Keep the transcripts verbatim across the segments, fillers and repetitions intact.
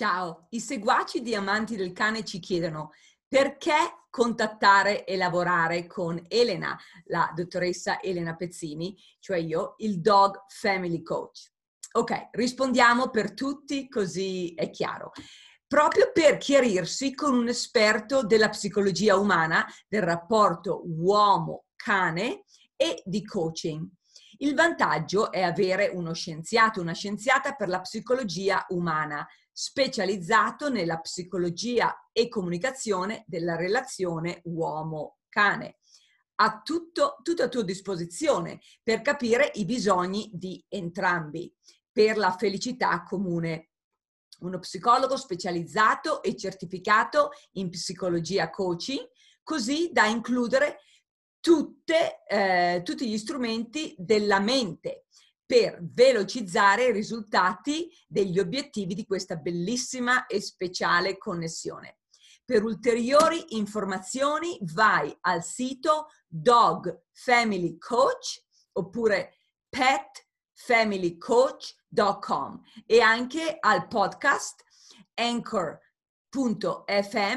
Ciao, i seguaci di Amanti del Cane ci chiedono perché contattare e lavorare con Elena, la dottoressa Elena Pezzini, cioè io, il Dog Family Coach. Ok, rispondiamo per tutti così è chiaro. Proprio per chiarirsi con un esperto della psicologia umana, del rapporto uomo-cane e di coaching. Il vantaggio è avere uno scienziato, una scienziata per la psicologia umana, specializzato nella psicologia e comunicazione della relazione uomo-cane. Ha tutto, tutto a tua disposizione per capire i bisogni di entrambi, per la felicità comune. Uno psicologo specializzato e certificato in psicologia coaching, così da includere tutte, eh, tutti gli strumenti della mente per velocizzare i risultati degli obiettivi di questa bellissima e speciale connessione. Per ulteriori informazioni vai al sito Dog Family Coach oppure pet family coach punto com e anche al podcast anchor punto f m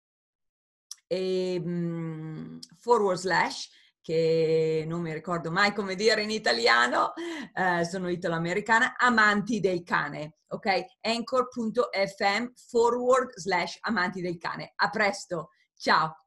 e um, forward slash, che non mi ricordo mai come dire in italiano, eh, sono italo-americana, Amanti del Cane, ok? anchor punto f m forward slash Amanti del Cane. A presto, ciao!